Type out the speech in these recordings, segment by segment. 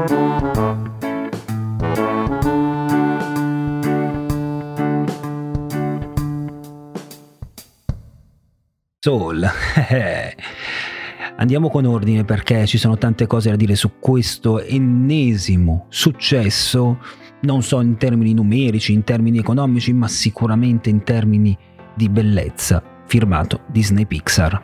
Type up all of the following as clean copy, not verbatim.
Soul. Andiamo con ordine perché ci sono tante cose da dire su questo ennesimo successo, non so in termini numerici, in termini economici, ma sicuramente in termini di bellezza, firmato Disney Pixar.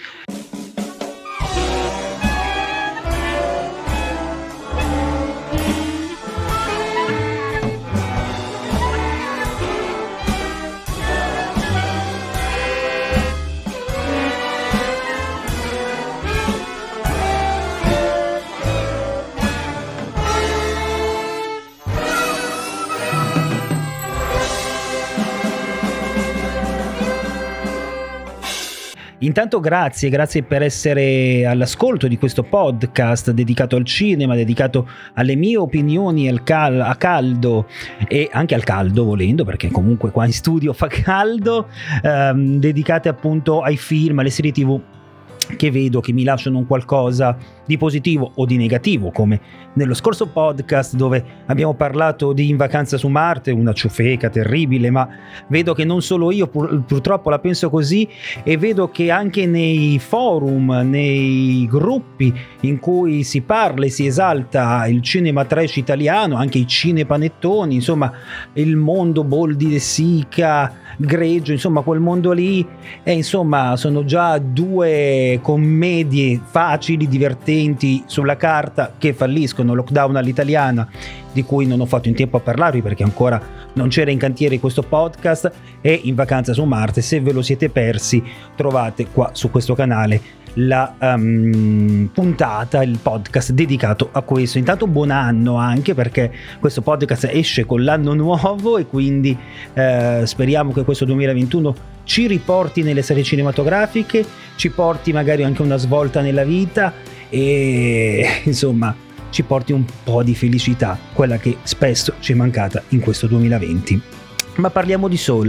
Intanto grazie per essere all'ascolto di questo podcast dedicato al cinema, dedicato alle mie opinioni a caldo e anche al caldo volendo, perché comunque qua in studio fa caldo, dedicate appunto ai film, alle serie TV che vedo che mi lasciano un qualcosa di positivo o di negativo, come nello scorso podcast dove abbiamo parlato di In vacanza su Marte, una ciofeca terribile, ma vedo che non solo io purtroppo la penso così, e vedo che anche nei forum, nei gruppi in cui si parla e si esalta il cinema trash italiano, anche i cinepanettoni, insomma il mondo Boldi De Sica, Greggio, insomma quel mondo lì, e insomma sono già due commedie facili, divertenti sulla carta che falliscono. Lockdown all'italiana, di cui non ho fatto in tempo a parlarvi perché ancora non c'era in cantiere questo podcast, e In vacanza su Marte, se ve lo siete persi trovate qua su questo canale la puntata, il podcast dedicato a questo. Intanto buon anno, anche perché questo podcast esce con l'anno nuovo e quindi speriamo che questo 2021 ci riporti nelle serie cinematografiche, ci porti magari anche una svolta nella vita e insomma ci porti un po' di felicità, quella che spesso ci è mancata in questo 2020. Ma parliamo di Soul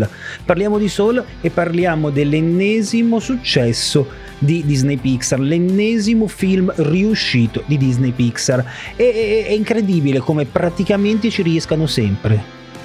e parliamo dell'ennesimo successo di Disney Pixar, l'ennesimo film riuscito di Disney Pixar. È incredibile come praticamente ci riescono sempre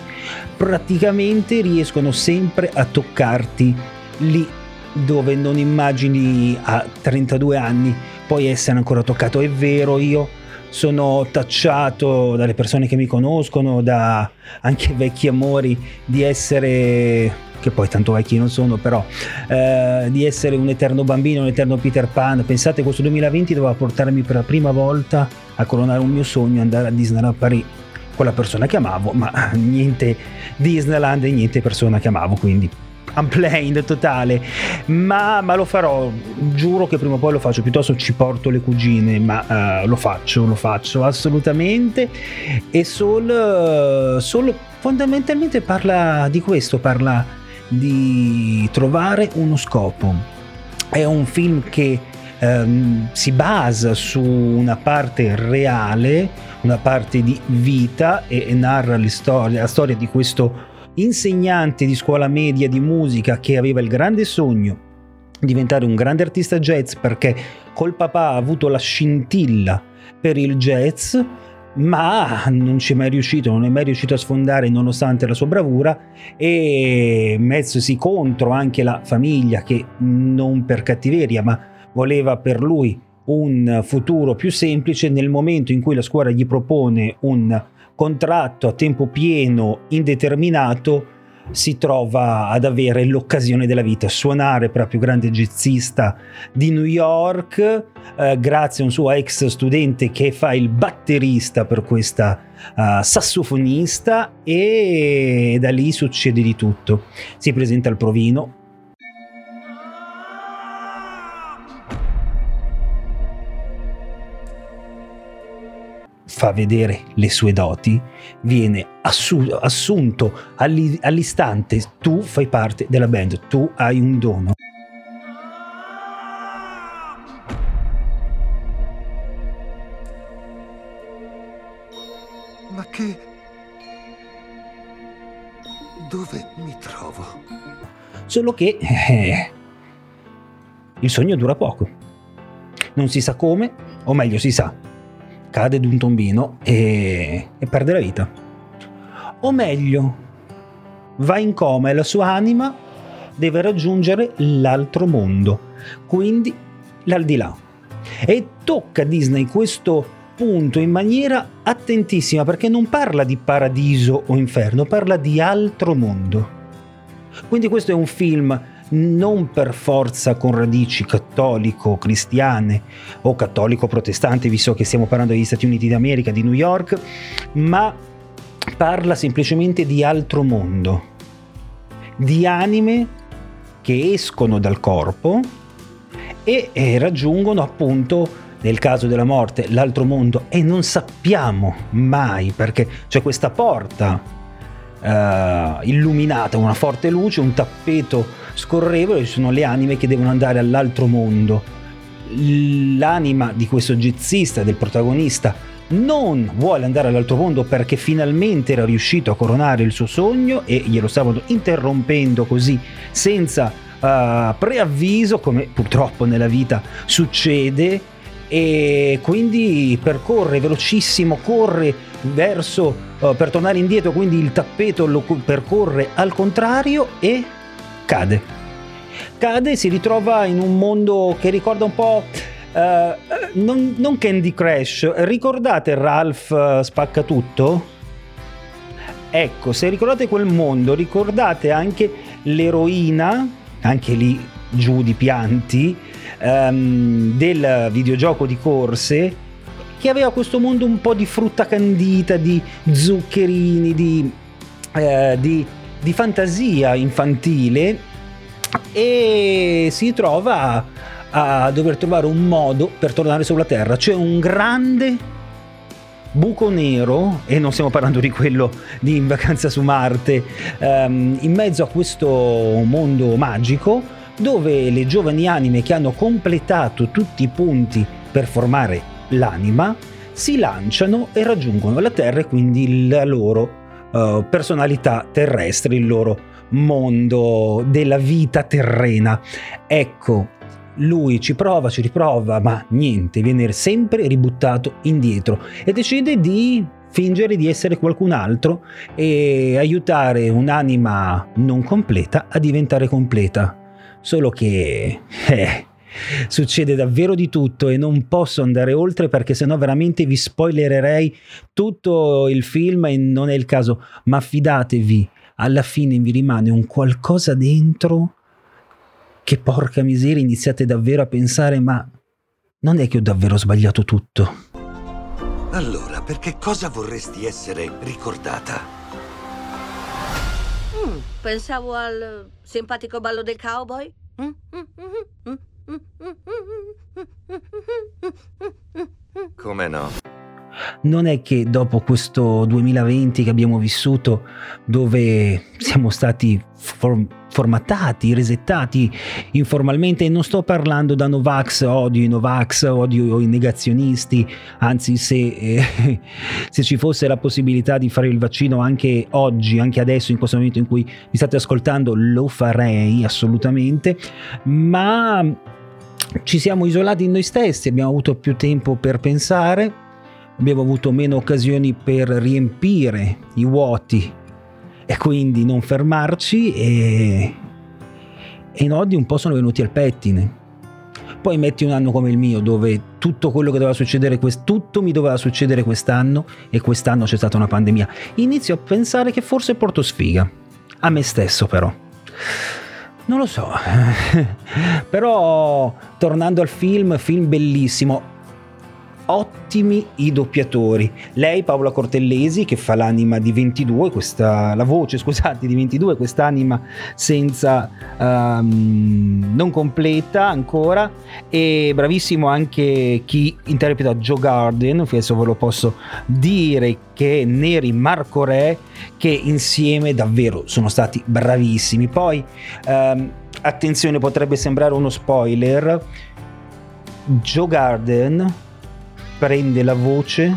a toccarti lì dove non immagini a 32 anni puoi essere ancora toccato. È vero, io sono tacciato dalle persone che mi conoscono, da anche vecchi amori, di essere, che poi tanto vecchi non sono, però di essere un eterno bambino, un eterno Peter Pan. Pensate, questo 2020 doveva portarmi per la prima volta a coronare un mio sogno, andare a Disneyland Paris con la persona che amavo, ma niente Disneyland e niente persona che amavo, quindi unplanned totale, ma lo farò, giuro che prima o poi lo faccio, piuttosto ci porto le cugine, ma lo faccio assolutamente. E Soul fondamentalmente parla di questo, parla di trovare uno scopo. È un film che si basa su una parte reale, una parte di vita, e narra la storia di questo insegnante di scuola media di musica che aveva il grande sogno di diventare un grande artista jazz, perché col papà ha avuto la scintilla per il jazz, ma non è mai riuscito a sfondare nonostante la sua bravura, e messosi contro anche la famiglia che, non per cattiveria, ma voleva per lui un futuro più semplice. Nel momento in cui la scuola gli propone un contratto a tempo pieno indeterminato, si trova ad avere l'occasione della vita, suonare per la più grande jazzista di New York, grazie a un suo ex studente che fa il batterista per questa sassofonista, e da lì succede di tutto. Si presenta al provino, fa vedere le sue doti, viene assunto all'istante. Tu fai parte della band, tu hai un dono. Ma dove mi trovo? Solo che il sogno dura poco. Non si sa come, o meglio si sa, cade d'un tombino e perde la vita. O meglio, va in coma e la sua anima deve raggiungere l'altro mondo, quindi l'aldilà. E tocca a Disney questo punto in maniera attentissima, perché non parla di paradiso o inferno, parla di altro mondo. Quindi questo è un film non per forza con radici cattolico-cristiane o cattolico-protestante, visto che stiamo parlando degli Stati Uniti d'America, di New York, ma parla semplicemente di altro mondo, di anime che escono dal corpo e raggiungono appunto, nel caso della morte, l'altro mondo, e non sappiamo mai, perché c'è questa porta illuminata, una forte luce, un tappeto scorrevole, ci sono le anime che devono andare all'altro mondo. L'anima di questo jazzista, del protagonista, non vuole andare all'altro mondo perché finalmente era riuscito a coronare il suo sogno e glielo stavano interrompendo così senza preavviso, come purtroppo nella vita succede, e quindi percorre velocissimo, corre verso per tornare indietro, quindi il tappeto lo percorre al contrario e cade, si ritrova in un mondo che ricorda un po' non Candy Crush. Ricordate Ralph Spaccatutto? Ecco, se ricordate quel mondo, ricordate anche l'eroina, anche lì giù di pianti, del videogioco di corse, che aveva questo mondo un po' di frutta candita, di zuccherini, di fantasia infantile, e si trova a dover trovare un modo per tornare sulla Terra. C'è un grande buco nero, e non stiamo parlando di quello di In Vacanza su Marte, in mezzo a questo mondo magico, dove le giovani anime che hanno completato tutti i punti per formare l'anima si lanciano e raggiungono la Terra, e quindi la loro personalità terrestre, il loro mondo della vita terrena. Ecco, lui ci prova, ci riprova, ma niente, viene sempre ributtato indietro e decide di fingere di essere qualcun altro e aiutare un'anima non completa a diventare completa. Solo che succede davvero di tutto e non posso andare oltre, perché sennò veramente vi spoilererei tutto il film e non è il caso. Ma fidatevi, alla fine vi rimane un qualcosa dentro che, porca miseria, iniziate davvero a pensare: ma non è che ho davvero sbagliato tutto? Allora, per che cosa vorresti essere ricordata? Pensavo al simpatico ballo del cowboy. Come no? Non è che dopo questo 2020 che abbiamo vissuto, dove siamo stati formattati, resettati informalmente, e non sto parlando da Novax, odio i Novax, odio i negazionisti, anzi se ci fosse la possibilità di fare il vaccino anche oggi, anche adesso, in questo momento in cui mi state ascoltando, lo farei assolutamente, ma ci siamo isolati in noi stessi, abbiamo avuto più tempo per pensare, abbiamo avuto meno occasioni per riempire i vuoti e quindi non fermarci, e i nodi un po' sono venuti al pettine. Poi metti un anno come il mio, dove tutto quello che doveva succedere, tutto mi doveva succedere quest'anno, e quest'anno c'è stata una pandemia. Inizio a pensare che forse porto sfiga a me stesso, però non lo so. Però tornando al film bellissimo, ottimi i doppiatori. Lei, Paola Cortellesi, che fa l'anima di 22, la voce di 22, quest'anima senza non completa ancora, e bravissimo anche chi interpreta Joe Garden, adesso ve lo posso dire, che è Neri Marco Re, che insieme davvero sono stati bravissimi. Poi attenzione, potrebbe sembrare uno spoiler, Joe Garden prende la voce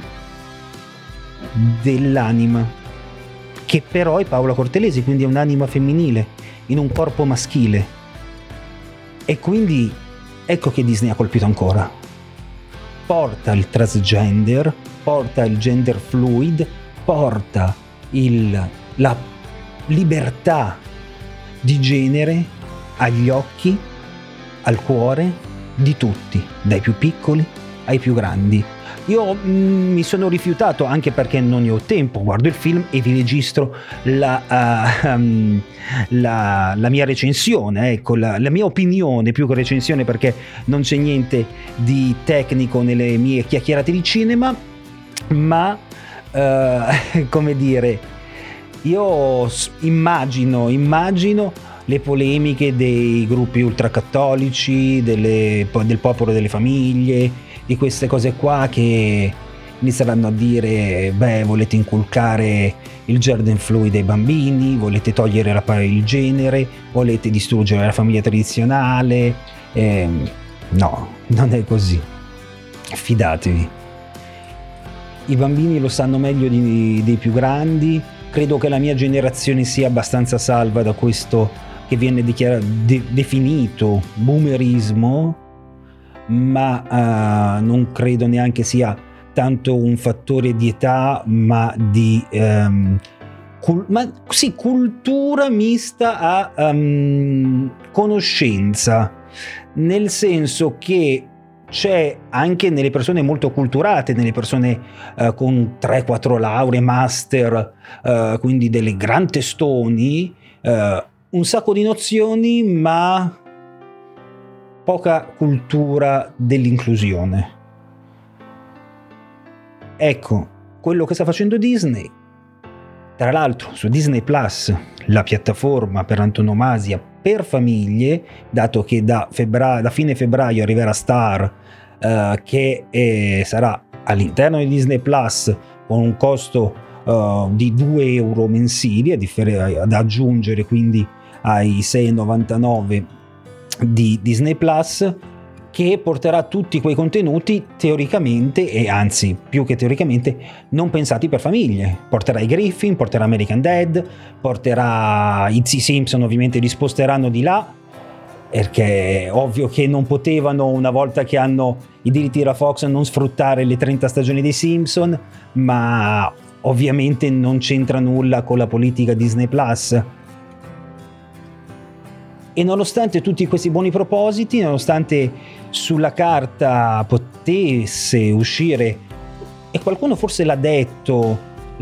dell'anima, che però è Paola Cortellesi, quindi è un'anima femminile in un corpo maschile, e quindi ecco che Disney ha colpito ancora. porta il transgender, porta il gender fluid, porta la libertà di genere agli occhi, al cuore di tutti, dai più piccoli ai più grandi. Io mi sono rifiutato, anche perché non ne ho tempo, guardo il film e vi registro la mia recensione, ecco, la mia opinione più che recensione, perché non c'è niente di tecnico nelle mie chiacchierate di cinema, ma come dire, io immagino le polemiche dei gruppi ultracattolici, del popolo delle famiglie, di queste cose qua, che inizieranno a dire: beh, volete inculcare il gender fluid ai bambini, volete togliere il genere, volete distruggere la famiglia tradizionale. No, non è così, fidatevi, i bambini lo sanno meglio dei più grandi. Credo che la mia generazione sia abbastanza salva da questo che viene definito boomerismo, ma non credo neanche sia tanto un fattore di età, ma di cultura mista a conoscenza, nel senso che c'è anche nelle persone molto culturate, nelle persone con 3-4 lauree, master, quindi delle gran testoni, un sacco di nozioni, ma poca cultura dell'inclusione. Ecco, quello che sta facendo Disney, tra l'altro su Disney Plus, la piattaforma per antonomasia per famiglie, dato che da fine febbraio arriverà Star, che sarà all'interno di Disney Plus con un costo di 2 euro mensili, ad aggiungere quindi ai 6,99 di Disney Plus, che porterà tutti quei contenuti teoricamente, e anzi più che teoricamente, non pensati per famiglie. Porterà i Griffin, porterà American Dad, porterà i Simpson, ovviamente li sposteranno di là, perché è ovvio che non potevano, una volta che hanno i diritti della Fox, non sfruttare le 30 stagioni dei Simpson, ma ovviamente non c'entra nulla con la politica Disney Plus. E nonostante tutti questi buoni propositi, nonostante sulla carta potesse uscire, e qualcuno forse l'ha detto,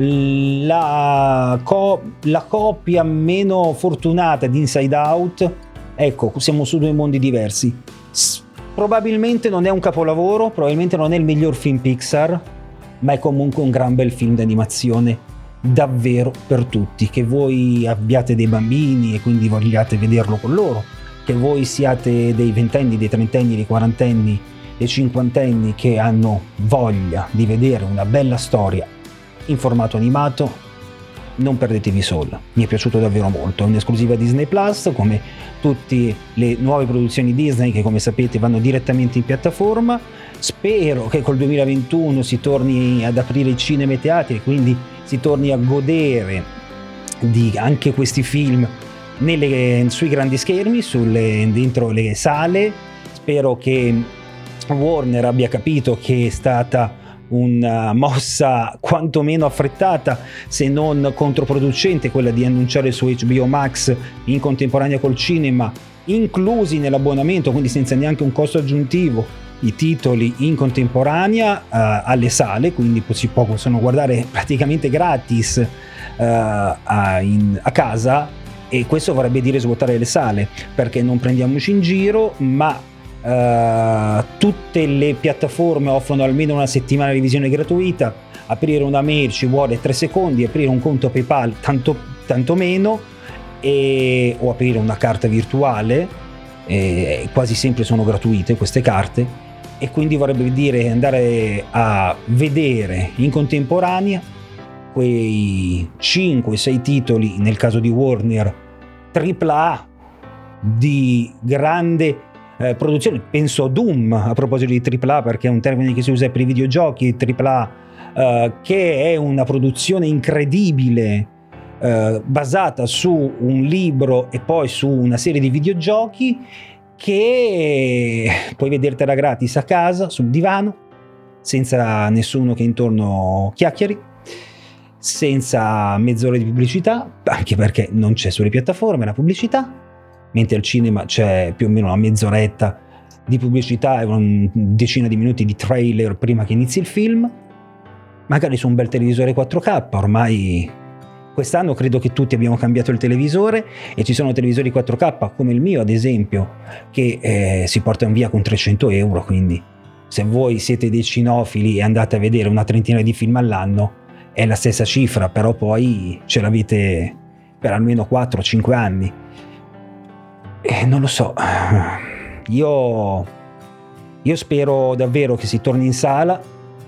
la coppia meno fortunata di Inside Out, ecco, siamo su 2 mondi diversi. Probabilmente non è un capolavoro, probabilmente non è il miglior film Pixar, ma è comunque un gran bel film d'animazione davvero per tutti, che voi abbiate dei bambini e quindi vogliate vederlo con loro, che voi siate dei ventenni, dei trentenni, dei quarantenni, dei cinquantenni che hanno voglia di vedere una bella storia in formato animato, non perdetevi Soul. Mi è piaciuto davvero molto, è un'esclusiva Disney Plus, come tutte le nuove produzioni Disney che, come sapete, vanno direttamente in piattaforma. Spero che col 2021 si torni ad aprire i cinema e i teatri e quindi si torni a godere di anche questi film sui grandi schermi, dentro le sale. Spero che Warner abbia capito che è stata una mossa quantomeno affrettata, se non controproducente, quella di annunciare su HBO Max in contemporanea col cinema, inclusi nell'abbonamento, quindi senza neanche un costo aggiuntivo, i titoli in contemporanea alle sale, quindi si possono guardare praticamente gratis a casa, e questo vorrebbe dire svuotare le sale, perché non prendiamoci in giro, ma tutte le piattaforme offrono almeno una settimana di visione gratuita. Aprire una mail ci vuole 3 secondi, aprire un conto PayPal tanto meno, o aprire una carta virtuale, quasi sempre sono gratuite queste carte, e quindi vorrebbe dire andare a vedere in contemporanea quei 5-6 titoli, nel caso di Warner, AAA di grande produzione. Penso a Doom, a proposito di AAA, perché è un termine che si usa per i videogiochi. AAA, che è una produzione incredibile, basata su un libro e poi su una serie di videogiochi, che puoi vedertela gratis a casa sul divano, senza nessuno che intorno chiacchieri, senza mezz'ora di pubblicità, anche perché non c'è sulle piattaforme la pubblicità, mentre al cinema c'è più o meno una mezz'oretta di pubblicità e una decina di minuti di trailer prima che inizi il film, magari su un bel televisore 4K. Ormai quest'anno credo che tutti abbiamo cambiato il televisore e ci sono televisori 4K come il mio ad esempio che si portano via con 300 euro, quindi se voi siete dei cinofili e andate a vedere una trentina di film all'anno è la stessa cifra, però poi ce l'avete per almeno 4-5 anni. E non lo so, io spero davvero che si torni in sala.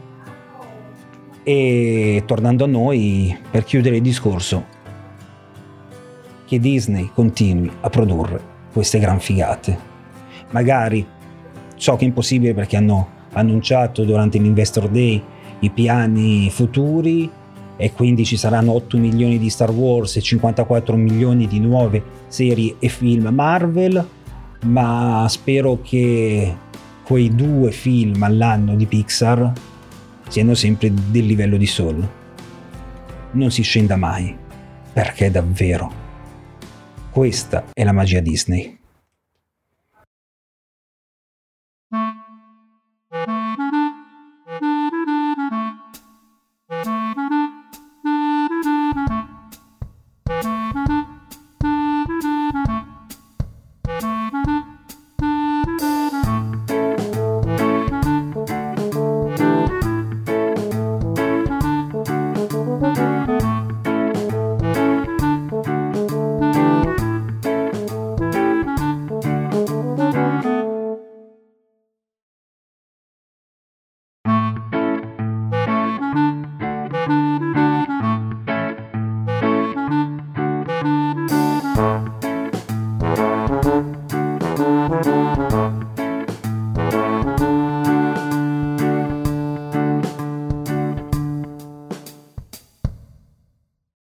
E tornando a noi, per chiudere il discorso, che Disney continui a produrre queste gran figate. Magari, so che è impossibile perché hanno annunciato durante l'Investor Day i piani futuri e quindi ci saranno 8 milioni di Star Wars e 54 milioni di nuove serie e film Marvel, ma spero che quei 2 film all'anno di Pixar siano sempre del livello di Soul. Non si scenda mai, perché davvero questa è la magia Disney.